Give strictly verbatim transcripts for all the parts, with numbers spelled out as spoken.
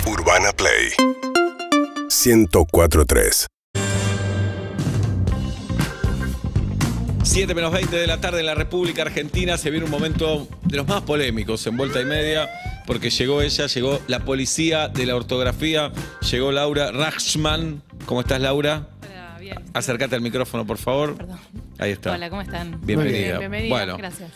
Urbana Play ciento cuatro punto tres. siete menos veinte de la tarde en la República Argentina. Se viene un momento de los más polémicos en Vuelta y Media, porque llegó ella, llegó la policía de la ortografía, llegó Laura Rachman. ¿Cómo estás, Laura? Hola, bien. Acércate al micrófono, por favor. Perdón. Ahí está. Hola, ¿cómo están? Bienvenida. Bien, bienvenida. Bueno, Gracias.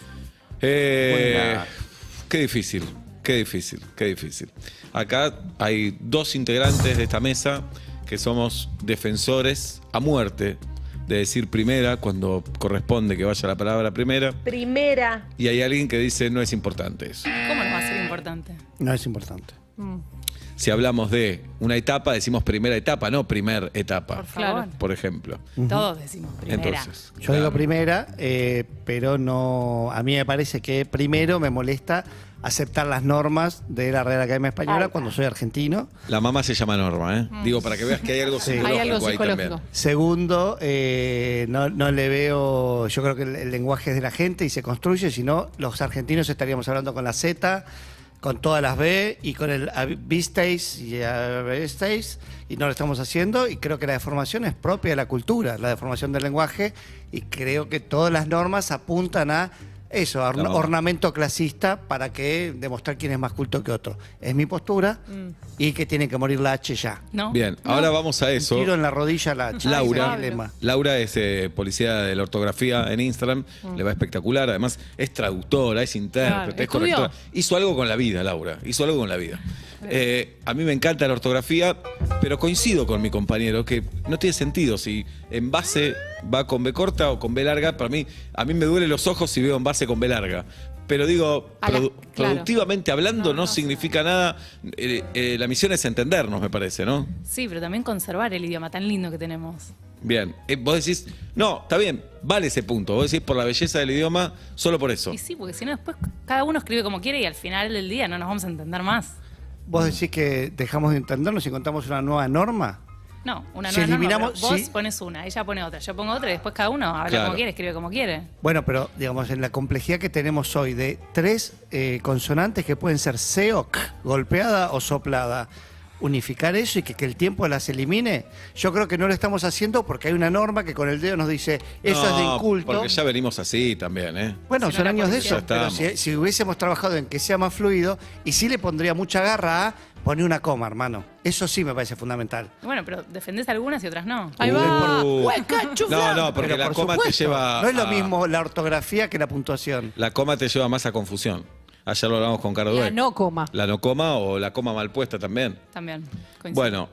eh, qué difícil, qué difícil, qué difícil. Acá hay dos integrantes de esta mesa que somos defensores a muerte de decir primera cuando corresponde que vaya la palabra primera. Primera. Y hay alguien que dice no es importante eso. ¿Cómo nos va a ser importante? No es importante. Mm. Si hablamos de una etapa, decimos primera etapa, no primer etapa. Por favor. Por ejemplo. Uh-huh. Todos decimos primera. Entonces, Yo claro. digo primera, eh, pero no. A mí me parece que primero me molesta aceptar las normas de la Real Academia Española Ay, cuando soy argentino. La mamá se llama Norma, ¿eh? Mm. Digo, para que veas que hay algo Sí. psicológico, Hay algo ahí psicológico. también. Segundo, eh, no, no le veo. Yo creo que el, el lenguaje es de la gente y se construye, si no, los argentinos estaríamos hablando con la Z, con todas las B y con el visteis y visteis, y no lo estamos haciendo. Y creo que la deformación es propia de la cultura, la deformación del lenguaje, y creo que todas las normas apuntan a eso, a orna- No. ornamento clasista para que demostrar quién es más culto que otro. Es mi postura y que tiene que morir la H ya. ¿No? Bien, ahora vamos a eso. Un tiro en la rodilla a la H. Laura. Ese es el lema. Laura es eh, policía de la ortografía en Instagram, le va espectacular, además es traductora, es intérprete, Claro, es estudió. correctora. Hizo algo con la vida, Laura, hizo algo con la vida. Eh, a mí me encanta la ortografía, pero coincido con mi compañero que no tiene sentido si en base va con B corta o con B larga. Para mí, a mí me duelen los ojos si veo en base con B larga. Pero digo, A la- produ- claro. productivamente hablando no, No, no, significa nada. Eh, eh, la misión es entendernos, me parece, ¿no? Sí, pero también conservar el idioma tan lindo que tenemos. Bien, eh, vos decís, no, está bien, vale ese punto. Vos decís por la belleza del idioma, solo por eso. Y sí, porque si no, después cada uno escribe como quiere y al final del día no nos vamos a entender más. ¿Vos decís que dejamos de entendernos y encontramos una nueva norma? No, una Si nueva norma, eliminamos- pero vos si- pones una, ella pone otra, yo pongo otra y después cada uno habla Claro. como quiere, escribe como quiere. Bueno, pero digamos, en la complejidad que tenemos hoy de tres eh, consonantes que pueden ser C o K, golpeada o soplada, unificar eso y que, que el tiempo las elimine, yo creo que no lo estamos haciendo porque hay una norma que con el dedo nos dice eso es de No, inculto. porque ya venimos así también, ¿eh? Bueno, Si no, son la años de policía- eso, pero estamos. si, si hubiésemos trabajado en que sea más fluido, y sí le pondría mucha garra a poner una coma, hermano. Eso sí me parece fundamental. Bueno, pero defendés algunas y otras no. Ahí va. Uh. Hueca, chufla. No, no, porque Pero la por coma te supuesto, lleva. no es lo a- mismo la ortografía que la puntuación. La coma te lleva más a confusión. Ayer lo hablamos con Caro La Dweck. no coma. La no coma o la coma mal puesta también. También. coincido. Bueno,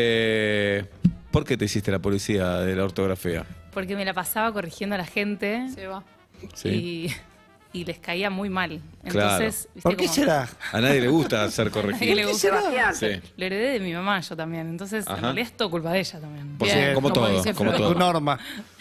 eh, ¿por qué te hiciste la policía de la ortografía? Porque me la pasaba corrigiendo a la gente Se va. Sí. y, y les caía muy mal. Claro. Entonces, ¿viste ¿Por qué como- será? A nadie le gusta ser ¿Qué corregido. le ¿Qué gusta? será? Sí. Lo heredé de mi mamá yo también. Entonces, Ajá. en realidad es todo culpa de ella también. Por Bien, su- como, como todo, dice como Freud. Tu todo. norma.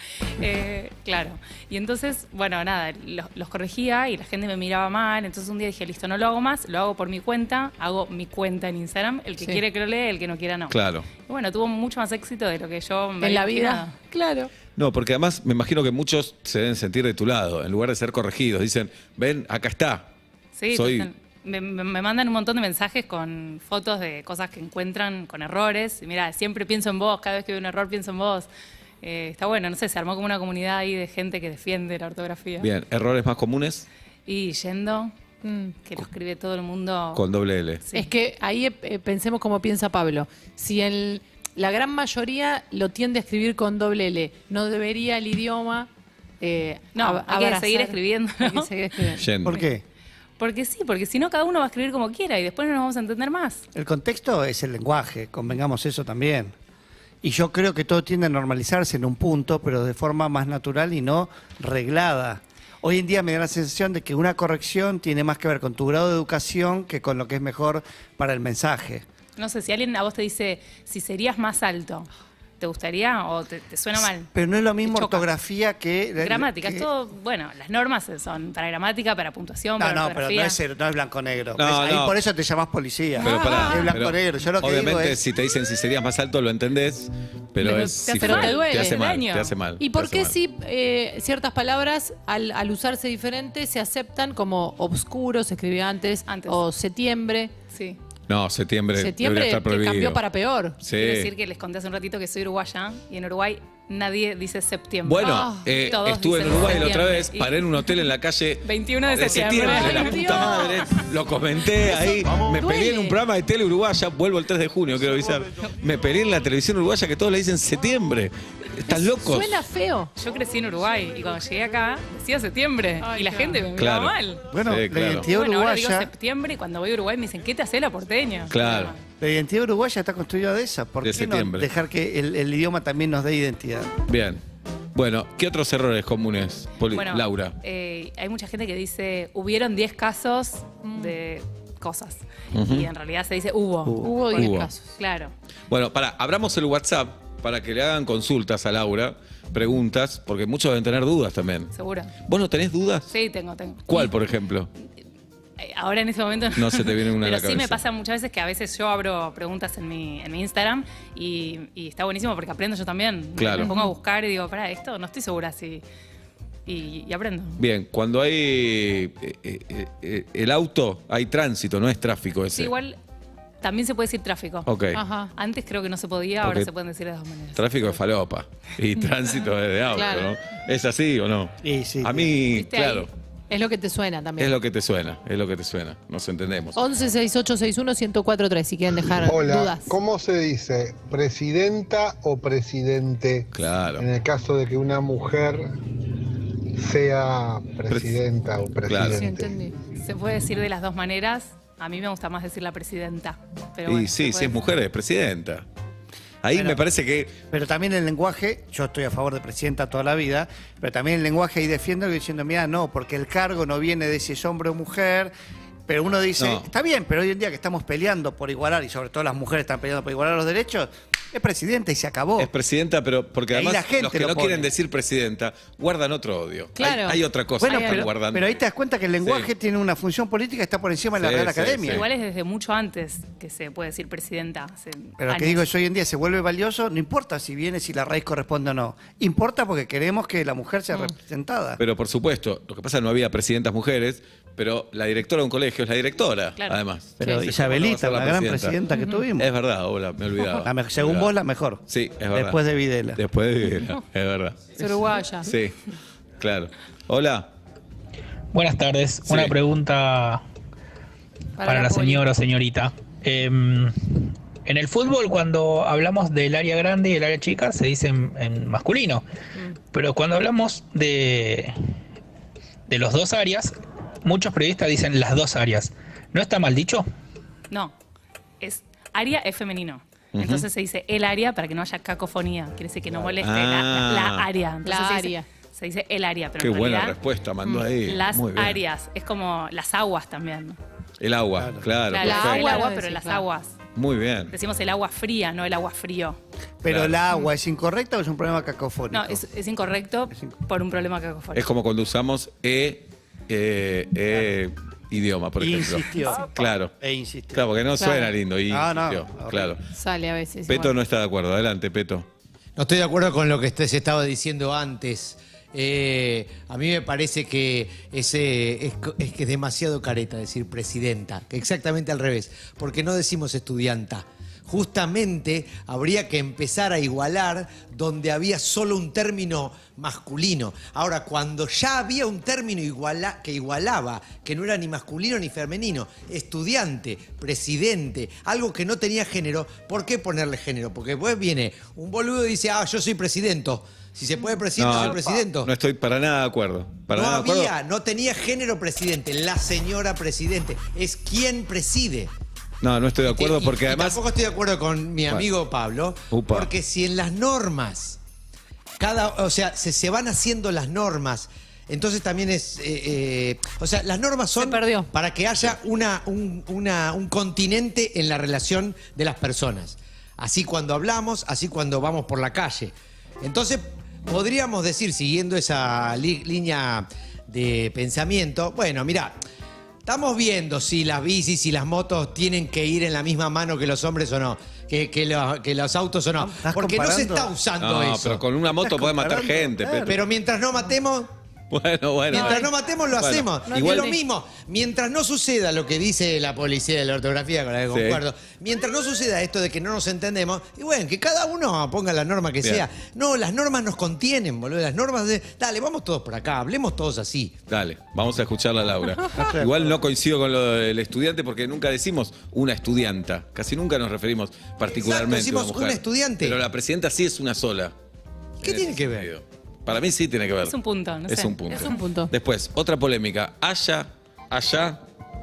Eh, claro. Y entonces, bueno, nada, los, los corregía y la gente me miraba mal. Entonces un día dije, listo, no lo hago más, lo hago por mi cuenta, hago mi cuenta en Instagram. El que Sí. quiere que lo lea, el que no quiera no. Claro. Y bueno, tuvo mucho más éxito de lo que yo me En la había vida. imaginado. Claro. No, porque además me imagino que muchos se deben sentir de tu lado, en lugar de ser corregidos. Dicen, ven, acá está. Sí, Soy- entonces, me, me- me mandan un montón de mensajes con fotos de cosas que encuentran con errores. Y mira, siempre pienso en vos, cada vez que veo un error pienso en vos. Eh, está bueno, no sé, se armó como una comunidad ahí de gente que defiende la ortografía. Bien, errores más comunes Y yendo, Mm. que lo escribe todo el mundo. con doble L. Sí. Es que ahí eh, pensemos como piensa Pablo. Si el, la gran mayoría lo tiende a escribir con doble L, no debería el idioma. Eh, No, ab- hay que abrazar- seguir escribiendo, Hay que ¿no? seguir escribiendo. Yendo. ¿Por qué? Porque sí, porque si no cada uno va a escribir como quiera y después no nos vamos a entender más. El contexto es el lenguaje, convengamos eso también. Y yo creo que todo tiende a normalizarse en un punto, pero de forma más natural y no reglada. Hoy en día me da la sensación de que una corrección tiene más que ver con tu grado de educación que con lo que es mejor para el mensaje. No sé, si alguien a vos te dice, si serías más alto, ¿te gustaría o te, te suena mal? Pero no es lo mismo Te choca. ortografía que... Gramática, que- es todo, bueno, las normas son para gramática, para puntuación, No, para no, pero no ortografía. es, cero, no es blanco-negro. No, Es- ahí no. por eso te llamás policía. Pero pará, es blanco-negro. pero Yo lo que obviamente digo es... si te dicen si serías más alto lo entendés, pero Pero es te si hace fuera- mal, te duele, hace mal, daño. te hace mal. ¿Y te por hace qué mal. si eh, ciertas palabras, al, al usarse diferente, se aceptan como obscuros, se escribía antes, Antes. o septiembre? Sí. No, septiembre, Septiembre debería estar que prohibido. cambió para peor. Sí. Quiero decir que les conté hace un ratito que soy uruguaya y en Uruguay nadie dice septiembre. Bueno, Ah, eh, todos estuve en dicen Uruguay la otra septiembre. vez, Y- paré en un hotel en la calle veintiuno de septiembre. la Ay, puta Dios. madre. Lo comenté ahí. Me duele. peleé en un programa de tele uruguaya, vuelvo el tres de junio, quiero avisar. Me peleé en la televisión uruguaya que todos le dicen septiembre. ¿Están locos? Suena feo. Yo crecí en Uruguay y cuando llegué acá decía septiembre Ay, y la claro. gente me Claro. miraba mal. Bueno, Sí, la claro. identidad Bueno, ahora digo uruguaya, septiembre y cuando voy a Uruguay me dicen, ¿qué te hace la porteña? Claro. la identidad uruguaya está construida de esa. ¿Por De qué no septiembre. dejar que el, el idioma también nos dé identidad? Bien. Bueno, ¿qué otros errores comunes, Poli- Bueno, Laura? eh, hay mucha gente que dice, hubieron diez casos de cosas. Y en realidad se dice hubo. Hubo diez Hubo. casos. Claro. Bueno, para, abramos el WhatsApp para que le hagan consultas a Laura, preguntas, porque muchos deben tener dudas también. ¿Seguro? ¿Vos no tenés dudas? Sí, tengo, tengo. ¿Cuál, por ejemplo? Eh, Ahora en ese momento No se te viene una a Pero la sí cabeza. me pasa muchas veces que a veces yo abro preguntas en mi, en mi Instagram y, y está buenísimo porque aprendo yo también. Claro. Me pongo a buscar y digo, para esto no estoy segura si. Y, y aprendo. Bien, cuando hay eh, eh, eh, el auto, hay tránsito, no es tráfico ese. Sí, igual también se puede decir tráfico. Ok. Ajá. Antes creo que no se podía, ahora Porque se pueden decir de dos maneras. Tráfico de falopa y tránsito es de auto, Claro. ¿no? ¿Es así o no? Sí, sí. A mí, ¿Viste claro, ahí? Es lo que te suena también. es lo que te suena, es lo que te suena, nos entendemos. once sesenta y ocho sesenta y uno ciento cuatro tres si quieren dejar Hola, dudas. ¿cómo se dice? ¿Presidenta o presidente? Claro. En el caso de que una mujer sea presidenta o Sí, presidente. entendí. Se puede decir de las dos maneras. A mí me gusta más decir la presidenta. Pero Y bueno, sí, se si puede es mujer, es presidenta. Ahí Bueno. me parece que Pero también el lenguaje, yo estoy a favor de presidenta toda la vida, pero también el lenguaje ahí defiendo diciendo, mira, no, porque el cargo no viene de si es hombre o mujer. Pero uno dice, No. está bien, pero hoy en día que estamos peleando por igualar, y sobre todo las mujeres están peleando por igualar los derechos, es presidenta y se acabó. es presidenta, pero porque Y ahí además la gente los que lo no pone. quieren decir presidenta guardan otro odio. Claro. Hay, hay otra cosa Bueno, que están pero, guardando. pero ahí te das cuenta que el lenguaje Sí. tiene una función política que está por encima de la Sí, Real sí, Academia. sí. Igual es desde mucho antes que se puede decir presidenta. hace Pero lo que años. digo es hoy en día se vuelve valioso, no importa si viene, si la raíz corresponde o no. Importa porque queremos que la mujer sea representada. Pero por supuesto, lo que pasa es que no había presidentas mujeres, pero la directora de un colegio es la directora, Claro. además. Pero Sí, Isabelita, ¿cómo no va a la ser gran presidenta que tuvimos. Es verdad, hola, me olvidaba. La me- según Me vos, olvidaba. la mejor. Sí, es verdad. Después de Videla. Después de Videla, es verdad. Es uruguaya. Sí, claro. Hola. Buenas tardes. Sí. Una pregunta para, la poli. señora o señorita. Eh, en el fútbol, cuando hablamos del área grande y el área chica, se dice en, en masculino. Pero cuando hablamos de, de los dos áreas, muchos periodistas dicen las dos áreas. ¿No está mal dicho? No, es área es femenino. Entonces se dice el área para que no haya cacofonía. Quiere decir que no moleste la, la- la Ah. área. Entonces La se dice- área. Se dice el área, pero Qué en buena realidad, respuesta mandó ahí. las Muy bien. áreas. Es como las aguas también. El agua, claro. La, la- perfecto. el agua agua, no pero decís, las claro. aguas. Muy bien. Decimos el agua fría, no el agua frío. Pero Claro. la agua es incorrecta o es un problema cacofónico. No, es, es incorrecto por un problema cacofónico. Es como cuando usamos e, eh, eh, idioma, por ejemplo. Insistió. Claro. E insistió. Claro, porque no Claro. suena lindo. Y No, no, insistió, horrible. claro. Sale a veces. Peto igual. no está de acuerdo. Adelante, Peto. No estoy de acuerdo con lo que este- se estaba diciendo antes. Eh, a mí me parece que es, eh, es, co- es que es demasiado careta decir presidenta, que exactamente al revés, porque no decimos estudianta. Justamente habría que empezar a igualar donde había solo un término masculino. Ahora, cuando ya había un término iguala- que igualaba, que no era ni masculino ni femenino, estudiante, presidente, algo que no tenía género, ¿por qué ponerle género? Porque después viene un boludo y dice, ah, yo soy presidente. Si se puede presidente, soy presidente. no estoy para nada de acuerdo. Para No nada de acuerdo. había, no tenía género presidente. La señora presidente es quien preside. No, no estoy de acuerdo Y- porque y además. tampoco estoy de acuerdo con mi amigo Pablo. Upa. Porque si en las normas, cada, o sea, se, se van haciendo las normas. Entonces también es, eh, eh, o sea, las normas son perdió. para que haya una, un, una- un continente en la relación de las personas. Así cuando hablamos, así cuando vamos por la calle. Entonces podríamos decir, siguiendo esa li- línea de pensamiento, bueno, mira, estamos viendo si las bicis y las motos tienen que ir en la misma mano que los hombres o no, que, que lo- que los autos o no. ¿Estás Porque no se comparando? está usando No, eso. pero con una moto Estás podés matar comparando, gente, claro. Peto. Pero mientras no matemos, Bueno, bueno. Mientras no matemos, lo Bueno, hacemos. no Igual entiendo. lo mismo. Mientras no suceda lo que dice la policía de la ortografía, con la que Sí. concuerdo, mientras no suceda esto de que no nos entendemos, y bueno, que cada uno ponga la norma que Bien. sea. No, las normas nos contienen, boludo. Las normas de. Dale, vamos todos por acá, hablemos todos así. Dale, vamos a escucharla a Laura. Igual no coincido con lo del estudiante porque nunca decimos una estudianta. Casi nunca nos referimos particularmente Exacto, decimos a una mujer. una estudiante. Pero la presidenta sí es una sola. ¿Qué En tiene ese que ver? sentido. Para mí sí tiene que ver. Es un punto, no Es sé. un punto. Es un punto. Después, otra polémica. Haya, allá,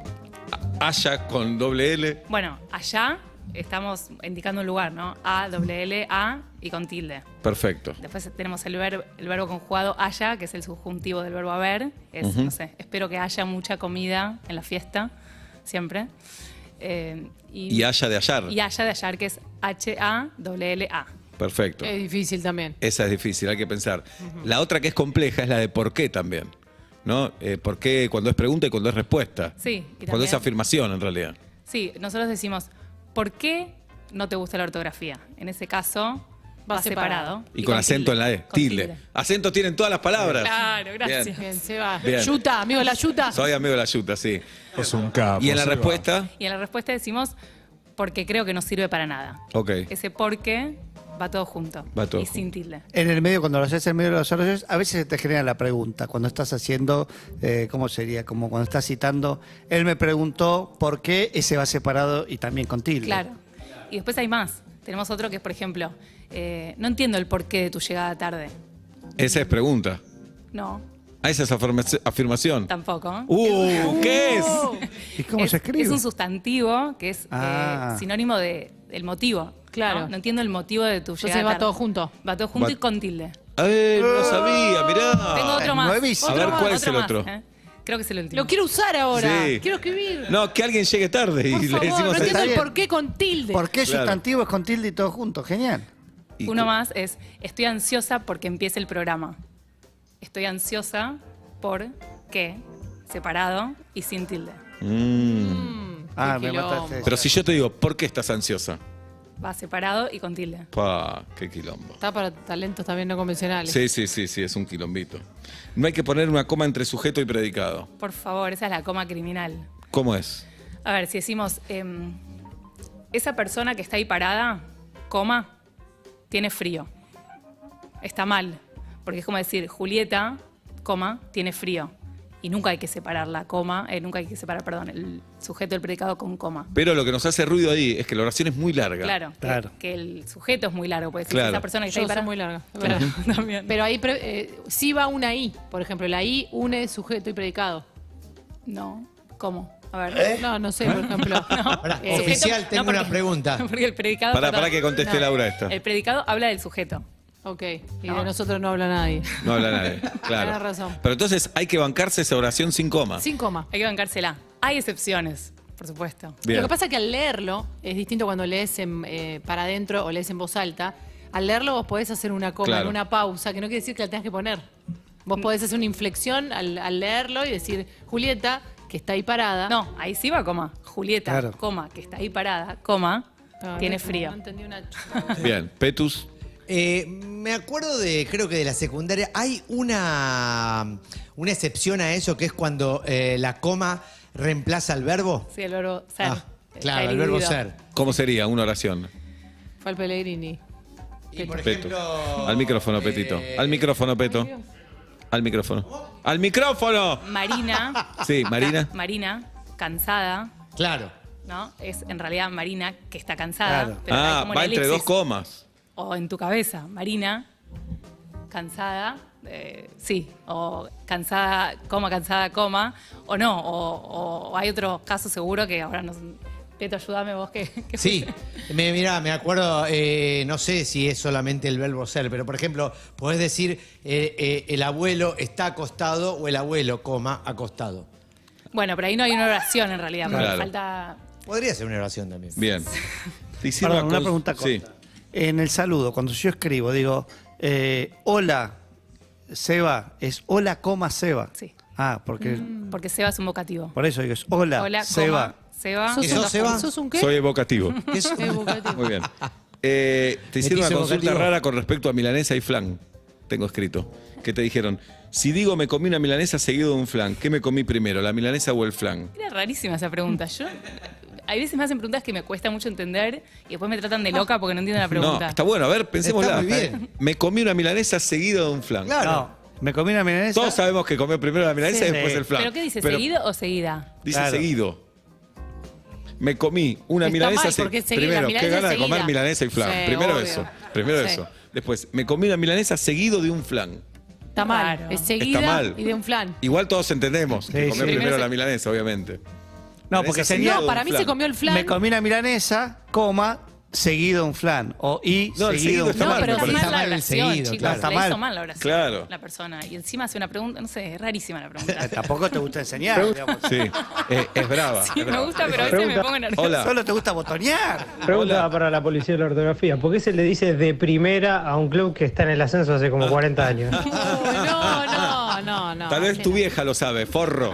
a- haya con doble L. Bueno, allá estamos indicando un lugar, ¿no? A, doble L, A y con tilde. Perfecto. Después tenemos el, ver- el verbo conjugado haya, que es el subjuntivo del verbo haber. Es, no sé, espero que haya mucha comida en la fiesta, siempre. Eh, Y haya de hallar. Y haya de hallar, que es H A L L A. Perfecto. Es difícil también. Esa es difícil, hay que pensar. La otra que es compleja es la de por qué también. ¿No? Eh, ¿Por qué cuando es pregunta y cuando es respuesta? Sí, y Cuando también- es afirmación, en realidad. Sí, nosotros decimos, ¿por qué no te gusta la ortografía? En ese caso, va, Va separado. separado. Y, con, acento en la E. Con Tilde. Acento tienen todas las palabras. Claro, gracias. Bien. Bien, se va. Bien. Yuta, amigo, la yuta. Soy amigo de la yuta, sí. Es un capo. Y en la Seba. respuesta, Y en la respuesta decimos, porque creo que no sirve para nada. ok. Ese porque va todo junto. Va todo y junto. sin tilde. En el medio, cuando lo haces en medio de los desarrollos, a veces se te genera la pregunta. Cuando estás haciendo, eh, ¿cómo sería? Como cuando estás citando, él me preguntó por qué ese va separado y también con tilde. Claro. Y después hay más. Tenemos otro que es, por ejemplo, eh, no entiendo el porqué de tu llegada tarde. Esa es pregunta. No, Ah, esa es afirma- afirmación. tampoco. Uh, ¿qué es? ¿Y cómo es, se escribe? es un sustantivo que es eh, Ah. sinónimo de, del motivo. Claro. ¿no? No entiendo el motivo de tu Entonces llegada va tarde. todo junto. Va todo junto Va- y con tilde. Eh, no lo sabía, mirá. Tengo otro más. nuevísimo. A Otro ver, más, ¿cuál es el más, otro? ¿eh? Creo que es el último. Lo quiero usar ahora. Sí. Quiero escribir. No, que alguien llegue tarde y Por le favor, decimos no eso. entiendo el bien. por qué con tilde. ¿Por qué Claro. sustantivo es con tilde y todo junto? Genial. Y Uno cu- más es, estoy ansiosa porque empiece el programa. Estoy ansiosa porque, separado y sin tilde. Mm. Ah, Qué me quilombo. mataste. Pero si yo te digo, ¿por qué estás ansiosa? Va separado y con tilde. Pa, qué quilombo. Está para talentos también no convencionales. Sí, sí, sí, sí, es un quilombito. No hay que poner una coma entre sujeto y predicado. Por favor, esa es la coma criminal. ¿Cómo es? A ver, si decimos, em, esa persona que está ahí parada, coma, tiene frío. Está mal. Porque es como decir, Julieta, coma, tiene frío. Y nunca hay que separar la coma, eh, nunca hay que separar, perdón, el sujeto del predicado con coma. Pero lo que nos hace ruido ahí es que la oración es muy larga. Claro, que- Claro. Que, el sujeto es muy largo. Puede decir Claro. esa persona que está Yo ahí soy parada. muy larga. Claro, Pero, también. pero ahí pre- eh, sí va una I. Por ejemplo, la I une sujeto y predicado. No, ¿cómo? A ver. ¿Eh? No, no sé, por ejemplo. Ahora, Eh, oficial, sujeto- tengo no, porque- una pregunta. Porque el predicado. Pará, perdón. pará que conteste Laura esta. El predicado habla del sujeto. Ok, y No. de nosotros no habla nadie. No habla nadie. Claro. Tenés razón. Pero entonces hay que bancarse esa oración sin coma. Sin coma. Hay que bancársela. Hay excepciones, por supuesto. Bien. Lo que pasa es que al leerlo, es distinto cuando lees en, eh, para adentro o lees en voz alta. Al leerlo vos podés hacer una coma, Claro. en una pausa, que no quiere decir que la tengas que poner. Vos podés hacer una inflexión al, al leerlo y decir, Julieta, que está ahí parada. No, ahí sí va coma. Julieta, Claro. coma, que está ahí parada, coma, No, tiene no- frío. No entendí una ch- Bien, Petus. Eh, me acuerdo de, creo que de la secundaria, hay una, una excepción a eso que es cuando eh, la coma reemplaza al verbo. Sí, el verbo ser. Ah, Está claro, el verbo dividido. ser. ¿Cómo sería una oración? Fue al Pellegrini. Y por Petu. ejemplo, Al micrófono, Petito. eh, Al micrófono, Peto. Al micrófono. ¡Al micrófono! Marina, Sí, Marina. Marina, cansada, Claro. ¿no? Es en realidad Marina que está cansada. Claro. Pero hay Ah, como una va entre elipsis. dos comas. O en tu cabeza, Marina, cansada, eh, sí, o cansada, coma, cansada, coma, o no, o, o hay otros casos seguro que ahora no. Peto, ayúdame vos que. que Sí, fuiste. me, mirá, me acuerdo, eh, no sé si es solamente el verbo ser, pero por ejemplo, podés decir eh, eh, el abuelo está acostado o el abuelo, coma, acostado. Bueno, pero ahí no hay una oración en realidad, porque Claro. falta. Podría ser una oración también. Bien. Te hicieron Perdón, una cons- pregunta corta. Sí. En el saludo, cuando yo escribo, digo, eh, hola, Seba, es hola, coma, Seba. Sí. Ah, porque Porque Seba es un vocativo. por eso digo, es hola, Hola, Seba. coma, Seba. ¿Sos, ¿Y sos un- Seba? ¿Sos un qué? Soy evocativo. ¿Qué es? Evocativo. Muy bien. Eh, te hicieron una Metizo consulta evocativo. rara con respecto a milanesa y flan. tengo escrito, que te dijeron, si digo me comí una milanesa seguido de un flan, ¿qué me comí primero, la milanesa o el flan? Era rarísima esa pregunta. Yo, hay veces me hacen preguntas que me cuesta mucho entender y después me tratan de loca porque no entienden la pregunta. No, está bueno, a ver, pensémosla. Está muy bien. Me comí una milanesa seguido de un flan. Claro. No, me comí una milanesa. Todos sabemos que comió primero la milanesa Sí. y después el flan. ¿Pero qué dice? Pero ¿Seguido o seguida? Dice Claro. seguido. Me comí una Está milanesa mal, se- porque es seguida, primero, milanesa qué ganas de seguida. comer milanesa y flan. Sí, primero obvio. eso, primero Sí. eso. Después, me comí una milanesa seguido de un flan. Está mal. Claro. Es seguida Está mal. y de un flan. Igual todos entendemos que Sí, comió sí. primero Primero la se- milanesa, obviamente. No, porque Milanesa sería- seguido No, de para un mí flan. se comió el flan. Me comí una milanesa, coma, seguido un flan. O y No, el seguido seguido un está flan. No, pero me está parece. mal Está la mal el oración, seguido, chicos. claro. Está Le hizo mal. mal la oración Claro. la persona. Y encima hace una pregunta, no sé, es rarísima la pregunta. Tampoco te gusta enseñar, digamos. Sí, eh, es brava. Sí, es me brava. gusta, pero a veces me pongo nerviosa. Hola. Solo te gusta botonear. Pregunta Hola. para la policía de la ortografía. ¿Por qué se le dice de primera a un club que está en el ascenso hace como cuarenta años? Uy, no, no, no, no. Tal vez Sí, tu no. vieja lo sabe, forro.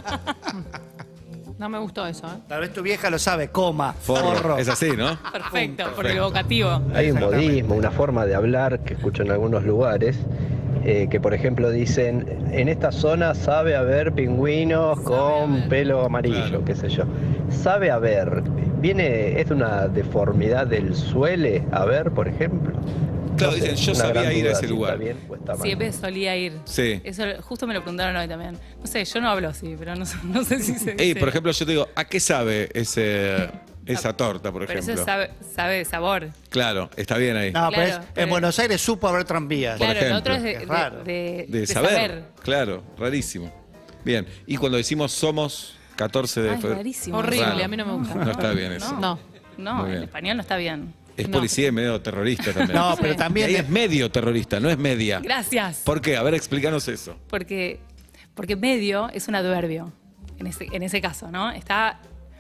No me gustó eso, ¿eh? Tal vez tu vieja lo sabe, coma, Forro. forro. Es así, ¿no? Perfecto, por el evocativo. Hay un Exactamente. modismo, una forma de hablar que escucho en algunos lugares, eh, que por ejemplo dicen, en esta zona sabe haber pingüinos con pelo amarillo, Claro. qué sé yo. Sabe haber, viene, es una deformidad del suele haber, por ejemplo. Claro, No sé, dicen, yo una sabía gran ir a duda ese si lugar. Está bien o está mal. Siempre solía ir. Sí. Eso justo me lo preguntaron hoy también. No sé, yo no hablo así, pero no, sé- no sé si se dice. Ey, por ejemplo, yo te digo, ¿a qué sabe ese, esa torta, por Pero ejemplo? eso sabe, sabe de sabor. Claro, está bien ahí. No, pero, Claro, es- pero- en Buenos Aires supo haber tranvías. Por Claro, ejemplo. lo otro es de, Qué de- raro. de- De, de saber. Claro, rarísimo. Bien, y cuando decimos somos catorce de Ay, febrero. rarísimo. Horrible, Raro. a mí no me gusta. No está bien eso. No. No, Muy en bien. español no está bien. Es No. policía y medio terrorista también. No, pero Y también. ahí es medio terrorista, no es media. Gracias. ¿Por qué? A ver, explícanos eso. Porque, porque medio es un adverbio, en ese, en ese caso, ¿no? Está,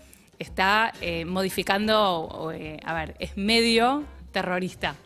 está eh, modificando, o, eh, a ver, es medio terrorista.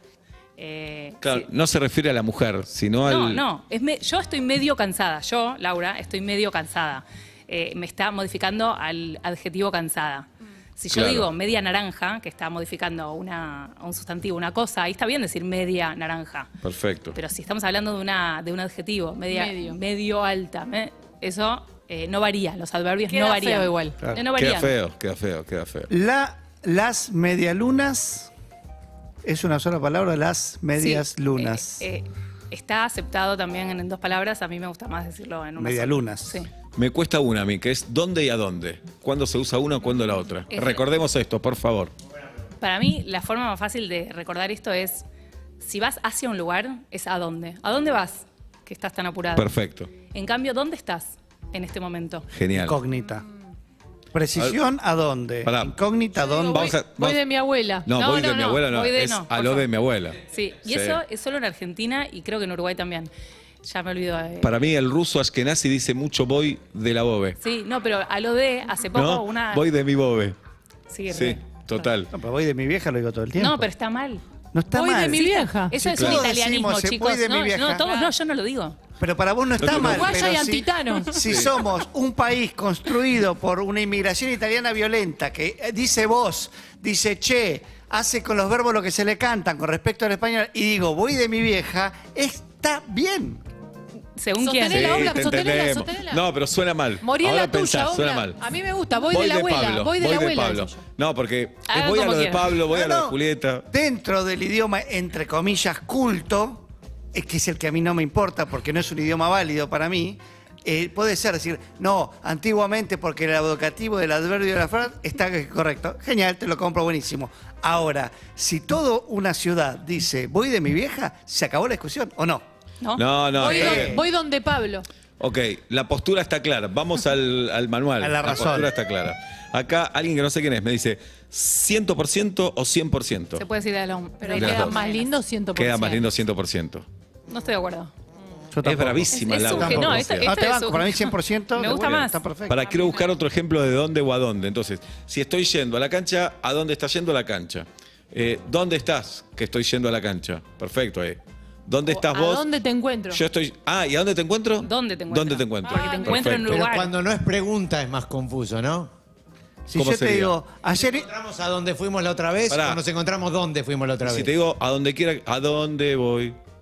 Eh, Claro, sí. no se refiere a la mujer, sino al. No, no, es me- yo estoy medio cansada, yo, Laura, estoy medio cansada. Eh, me está modificando al adjetivo cansada. Si yo Claro. digo media naranja, que está modificando una, un sustantivo, una cosa, ahí está bien decir media naranja. Perfecto. Pero si estamos hablando de, una, de un adjetivo, media, Medio. medio, alta, me- eso eh, no varía, los adverbios Queda no varían. feo igual. Claro. Eh, no Queda varían. feo, queda feo, queda feo. La, las medialunas es una sola palabra, las medias Sí, lunas. eh, eh, está aceptado también en, en dos palabras, a mí me gusta más decirlo en una Medialunas. sola. Sí. Me cuesta una a mí, que es dónde y a dónde. ¿Cuándo se usa una o cuándo la otra? Es- Recordemos esto, por favor. Para mí, la forma más fácil de recordar esto es, si vas hacia un lugar, es a dónde. ¿A dónde vas? Que estás tan apurado. Perfecto. En cambio, ¿dónde estás en este momento? Genial. Incógnita. Precisión a dónde. Pará. Incógnita a dónde. Vamos a- Voy vamos- de mi abuela. No, No, voy de no, mi no, abuela, no. voy de- es no, a por lo favor. de mi abuela. Sí, y Sí. eso es solo en Argentina y creo que en Uruguay también. Ya me olvido. de- Para mí, el ruso Ashkenazi dice mucho voy de la bobe. Sí, no, pero a lo de, hace poco ¿No? una... Voy de mi bobe. Sí, Sí, re. total. No, pero voy de mi vieja, lo digo todo el tiempo. No, pero está mal. No está Voy de mal. mi Sí, vieja. Eso Sí, es claro. un italianismo, Decimos, se chicos. puede de mi No, vieja. no, todos no, yo no lo digo. Pero para vos no está No, mal. Uruguaya pero y si- antitano. Si somos un país construido por una inmigración italiana violenta que eh, dice vos, dice che, hace con los verbos lo que se le cantan con respecto al español y digo voy de mi vieja, está bien. Según quién. Sostenela, Obla, te sostenela, entendemos. sostenela. No, pero suena mal. Morí en Ahora la tuya, pensá, Obla. suena mal. A mí me gusta, voy, de la abuela. Pablo, voy de la abuela. Pablo. dice yo. No, porque Hagan voy a como lo de quieran. Pablo, voy a No, lo de no. Julieta. Dentro del idioma, entre comillas, culto, es que es el que a mí no me importa porque no es un idioma válido para mí, eh, puede ser decir, no, antiguamente porque el advocativo del adverbio de la frase está correcto. Genial, te lo compro, buenísimo. Ahora, si toda una ciudad dice, voy de mi vieja, ¿se acabó la discusión o no? ¿No? No, no. Voy, está don- bien. voy donde Pablo. Ok, la postura está clara. Vamos al, al manual. A la razón. postura está clara. Acá alguien que no sé quién es me dice cien por ciento o cien por ciento. Se puede decir de la Pero Las queda dos. más lindo ciento por ciento. Queda más lindo cien por ciento. No estoy de acuerdo. Yo Es tampoco. bravísima, Es- es Laura. subje- no, ¿Cómo esto- sea? esto No te es banco, su- para mí cien por ciento. Me de gusta buena, más. Está perfecto. Para, quiero buscar otro ejemplo de dónde o a dónde. Entonces, si estoy yendo a la cancha, ¿a dónde está yendo a la cancha? Eh, ¿Dónde estás? Que estoy yendo a la cancha. Perfecto, ahí. ¿Dónde estás ¿A vos? dónde te encuentro? Yo estoy. Ah, ¿y a dónde te encuentro? ¿Dónde te encuentro? ¿Dónde te encuentro? Porque te encuentro en un Perfecto. Pero lugar. cuando no es pregunta es más confuso, ¿no? Si ¿Cómo yo te sería? digo, ayer... ¿Encontramos a dónde fuimos la otra vez Pará. o nos encontramos dónde fuimos la otra Si vez? te digo a donde quiera, ¿a dónde voy?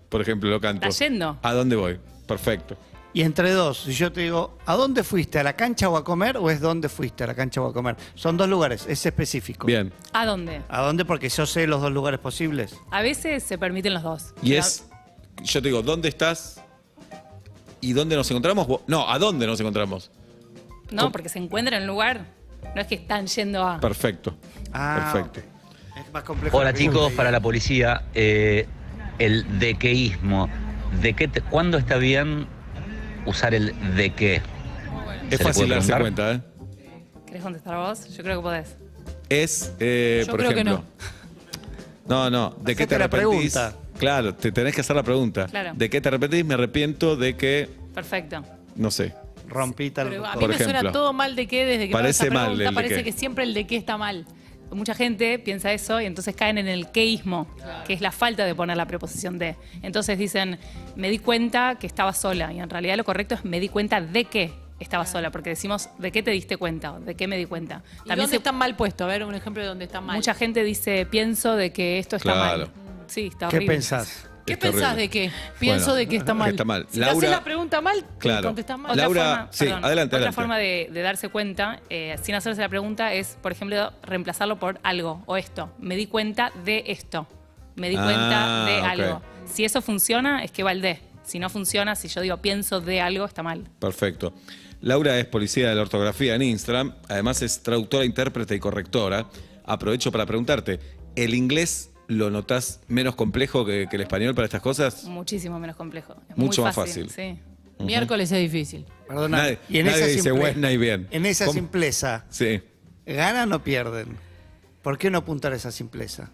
por ejemplo, lo canto. Está yendo. ¿A dónde voy? Perfecto. Y entre dos, si yo te digo, ¿a dónde fuiste? ¿A la cancha o a comer? ¿O es dónde fuiste? ¿A la cancha o a comer? Son dos lugares, es específico. Bien. ¿A dónde? ¿A dónde? Porque yo sé los dos lugares posibles. A veces se permiten los dos. Y Pero- es, yo te digo, ¿dónde estás? ¿Y dónde nos encontramos? Vos- No, ¿a dónde nos encontramos? No, porque se encuentran en un lugar. No es que están yendo a. Perfecto. Ah, Perfecto. es más complejo. Hola la pregunta. chicos, para la policía, eh, el dequeísmo. ¿De qué te- ¿Cuándo está bien usar el de qué? Es ¿Se le fácil puede darse preguntar? cuenta, ¿eh? ¿Querés contestar vos? Yo creo que podés. Es, eh, Yo por creo que ejemplo. No, no. ¿De qué te Hacete la arrepentís? pregunta. Claro, te tenés que hacer la pregunta. Claro. ¿De qué te arrepentís? Me arrepiento de que, Perfecto. no sé. Rompí tal. Pero a mí Por me ejemplo. suena todo mal de qué desde que me Parece haces esa mal pregunta, el de parece qué. que siempre el de qué está mal. Mucha gente piensa eso y entonces caen en el queísmo, que es la falta de poner la preposición de. Entonces dicen, me di cuenta que estaba sola. Y en realidad lo correcto es me di cuenta de que estaba sola, porque decimos, ¿de qué te diste cuenta? ¿O ¿De qué me di cuenta? ¿Y dónde está mal puesto? A ver, un ejemplo de dónde está mal. Mucha gente dice, pienso de que esto está Claro. mal. Sí, está ¿Qué horrible. pensás? ¿Qué Está pensás horrible. de qué? Pienso Bueno, de que está que mal. está mal. Si Laura- te haces la pregunta mal, te Claro. contestás mal. Otra Laura, forma, sí, perdón, adelante, otra adelante. forma de, de darse cuenta, eh, sin hacerse la pregunta, es, por ejemplo, reemplazarlo por algo o esto. Me di cuenta de esto. Me di Ah, cuenta de ok. algo. Si eso funciona, es que va el de. Si no funciona, si yo digo pienso de algo, está mal. Perfecto. Laura es policía de la ortografía en Instagram. Además es traductora, intérprete y correctora. Aprovecho para preguntarte, ¿el inglés lo notás menos complejo que, que el español para estas cosas? Muchísimo menos complejo. Es Mucho muy más fácil. Sí. Miércoles es difícil. Perdona. Nadie- y en nadie esa dice simple- Wednesday bien. En esa ¿Cómo? simpleza, Sí. ¿ganan o pierden? ¿Por qué no apuntar a esa simpleza?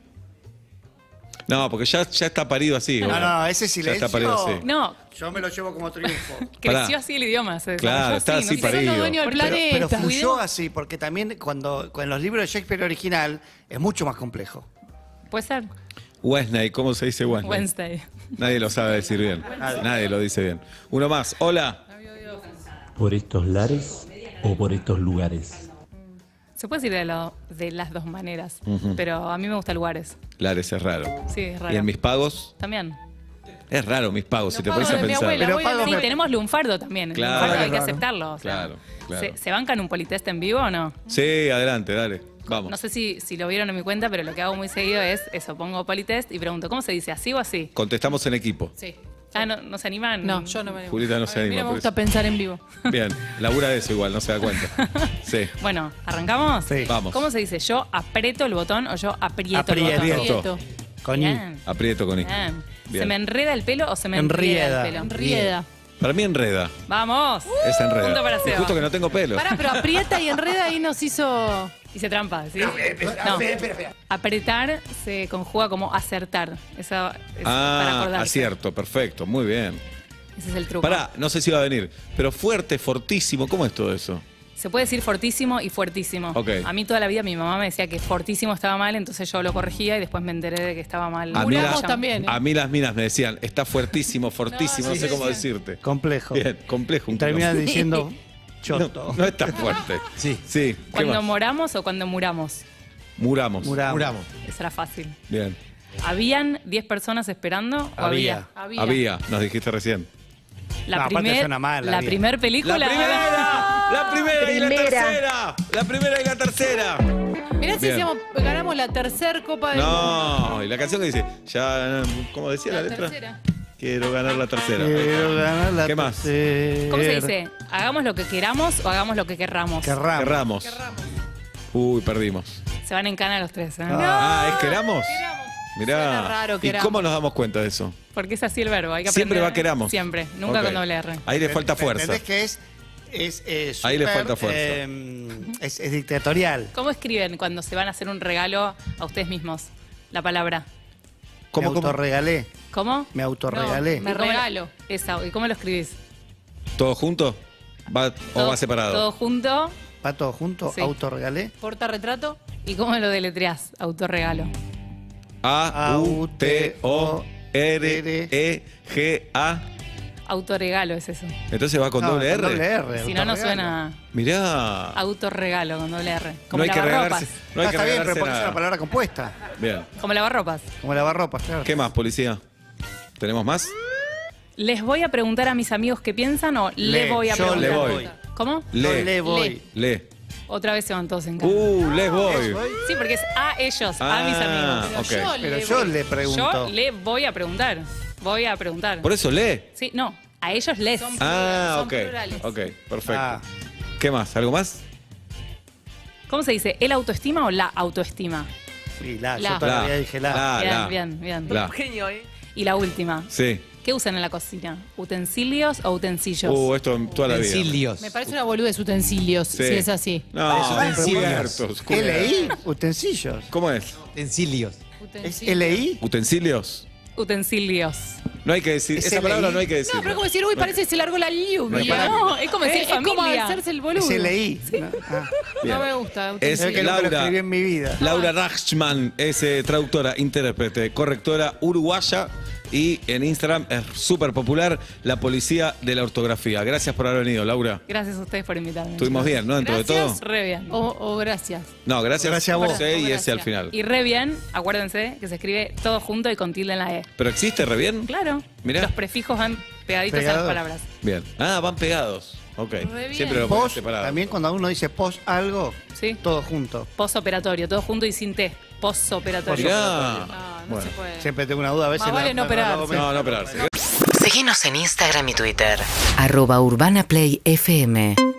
No, porque ya, ya está parido así. No, bueno. no, ese Ya silencio. está parido así. No, Yo me lo llevo como triunfo. creció Pará. así el idioma. Se Claro, desarrolló está así no sé. parido. Son los dueños del Pero- Pero, planeta. pero fluyó Cuidemos- así, porque también cuando con los libros de Shakespeare original es mucho más complejo. Puede ser. Wednesday, ¿cómo se dice Wednesday? Wednesday. Nadie lo sabe decir bien. Nadie lo dice bien. Uno más. Hola. ¿Por estos lares o por estos lugares? Se puede decir de, lo- de las dos maneras, Ujú. pero a mí me gusta lugares. Lares es raro. Sí, es raro. Y en mis pagos, También. es raro mis pagos, si te pagos pones a de mi pensar. abuela, Pero voy a pago Sí, me- tenemos lunfardo también. El Claro. lunfardo hay que Claro. aceptarlo. o sea, Claro, claro. ¿se, ¿Se bancan un politest en vivo o no? Sí, adelante, dale. Vamos. No sé si, si lo vieron en mi cuenta, pero lo que hago muy seguido es eso, pongo politest y pregunto, ¿cómo se dice? ¿Así o así? Contestamos en equipo. Sí. Ah, ¿no, ¿no se animan? No, yo no me animo. Julieta no se A mí anima. no me por gusta eso. pensar en vivo. Bien, labura de eso igual, no se da cuenta. Sí. Bueno, ¿arrancamos? Sí. Vamos. ¿Cómo se dice? ¿Yo aprieto el botón o yo aprieto Aprieto. el botón? Aprieto. Con I. Bien. Aprieto con I. Bien. Bien. ¿Se me enreda el pelo o se me Enrieda. enrieda el pelo? Enrieda. Para mí enreda. ¡Vamos! Es enreda. Punto para Y Seba. justo que no tengo pelo. Pará, pero aprieta y enreda y nos hizo. Hice trampa, ¿sí? No. Apretar se conjuga como acertar. Eso es para Ah, acordarse. acierto, perfecto, muy bien. Ese es el truco. Pará, no sé si va a venir, pero fuerte, fortísimo, ¿cómo es todo eso? Se puede decir fortísimo y fuertísimo. Ok. A mí toda la vida mi mamá me decía que fortísimo estaba mal, entonces yo lo corregía y después me enteré de que estaba mal. A mí, Muramos las- también, ¿eh? a mí las minas me decían, está fuertísimo, fortísimo, no, sí, sé sí, cómo sí. decirte. Complejo. Bien, complejo. un Terminas poco. diciendo No, choto. no es tan fuerte. Sí. Sí. ¿Qué ¿Cuando más? moramos o cuando muramos? Muramos. Muramos. Muramos. Eso era fácil. Bien. ¿Habían diez personas esperando o había? Había. Había. Había, nos dijiste recién. La No, aparte primer, suena mal, la había. primer película. ¡La primera! ¡La primera y la Primera. tercera! ¡La primera y la tercera! Mirá si Bien. decíamos, ganamos la tercera Copa del No, y la canción que dice, ya, ¿cómo decía la, La letra? tercera. Quiero ganar la tercera. Quiero ganar la ¿Qué más? tercera. ¿Cómo se dice? ¿Hagamos lo que queramos o hagamos lo que querramos? Querramos. Querramos. Uy, perdimos. Se van en cana los tres, ¿eh? Ah, ¿es queramos? Mirá. Suena raro, ¿Y queramos. cómo nos damos cuenta de eso? Porque es así el verbo. Hay que Siempre aprender- va queramos. Siempre. Nunca Ok. con doble R. Ahí le falta fuerza. ¿Entendés que es? Es, eh, Ahí le súper, falta fuerza. eh, es, es dictatorial. ¿Cómo escriben cuando se van a hacer un regalo a ustedes mismos? La palabra. ¿Cómo, me cómo? autorregalé. ¿Cómo? Me autorregalé. Me ¿Y cómo lo- regalo. Esa. ¿Y cómo lo escribís? ¿Todo junto? ¿Va, ¿O Todo- va separado? Todo junto. ¿Va todo junto? Sí. ¿Autorregalé? Porta retrato. ¿Y cómo lo deletreás? Autorregalo. A, U, T, O, R, E, G, A. Autorregalo es eso. Entonces va con No, doble R. doble R. Si no, no autorregalo. suena Mirá. autorregalo con doble R. No Como hay que lavarropas. regalarse, no hay Ah, que está bien, pero regalarse porque es nada. una palabra compuesta. Bien. Como lavarropas. Como lavarropas, claro. ¿Qué más, policía? ¿Tenemos más? Les voy a preguntar a mis amigos qué piensan o le, Le, voy a yo preguntar. le voy. ¿Cómo? Le. Le voy. Le. Otra vez se van todos en casa. Uh, les voy. Sí, porque es a ellos, Ah, a mis amigos. ok. Yo Pero le yo voy. le pregunto. Yo le voy a preguntar. Voy a preguntar. Por eso lee. Sí, no, a ellos les. Son- Ah, Son ok. plurales. Ok, perfecto. Ah. ¿Qué más? ¿Algo más? ¿Cómo se dice? ¿El autoestima o la autoestima? Sí, la, La. yo todavía dije la. La, bien, la. bien, bien. La. Genio, ¿eh? Y la última. Sí. ¿Qué usan en la cocina? ¿Utensilios o utensilios? Uh, esto en toda la vida. Utensilios. Me parece una boludez utensilios, Sí. si es así. No, Es utensilios. cubiertos, ¿Qué cubiertos. leí? Utensilios. ¿Cómo es? Utensilios. ¿Es Utensilios. L I? ¿Utensilios? Utensilios. No hay que decir, ¿Es esa L I? palabra no hay que decir. No, pero es como decir, uy, parece que se largó la lluvia. No, es como decir Eh, es como familia. hacerse el boludo. Es L I. No, ah. No me gusta. Es Es que nunca lo Laura. escribí en mi vida. Laura Rachman es eh, traductora, intérprete, correctora uruguaya y en Instagram es súper popular, la policía de la ortografía. Gracias por haber venido, Laura. Gracias a ustedes por invitarme. Estuvimos bien, ¿no? Dentro de Gracias. todo. Re bien. O, o gracias. No, gracias, Gracias a vos. José y Gracias. ese al final. Y re bien, acuérdense que se escribe todo junto y con tilde en la E. ¿Pero existe re bien? Claro. Mirá. Los prefijos van pegaditos a Pegados. las palabras. Bien. Ah, van pegados. Ok. Re bien. Siempre lo ponen Post, separado. también cuando uno dice post algo, ¿Sí? todo junto. Postoperatorio, todo junto y sin T. Postoperatorio. Mirá. No, no Bueno. se puede. Siempre tengo una duda. A veces Más vale la- no la- operarse. No, no operarse. Síguenos en Instagram y Twitter. Arroba Urbana Play F M.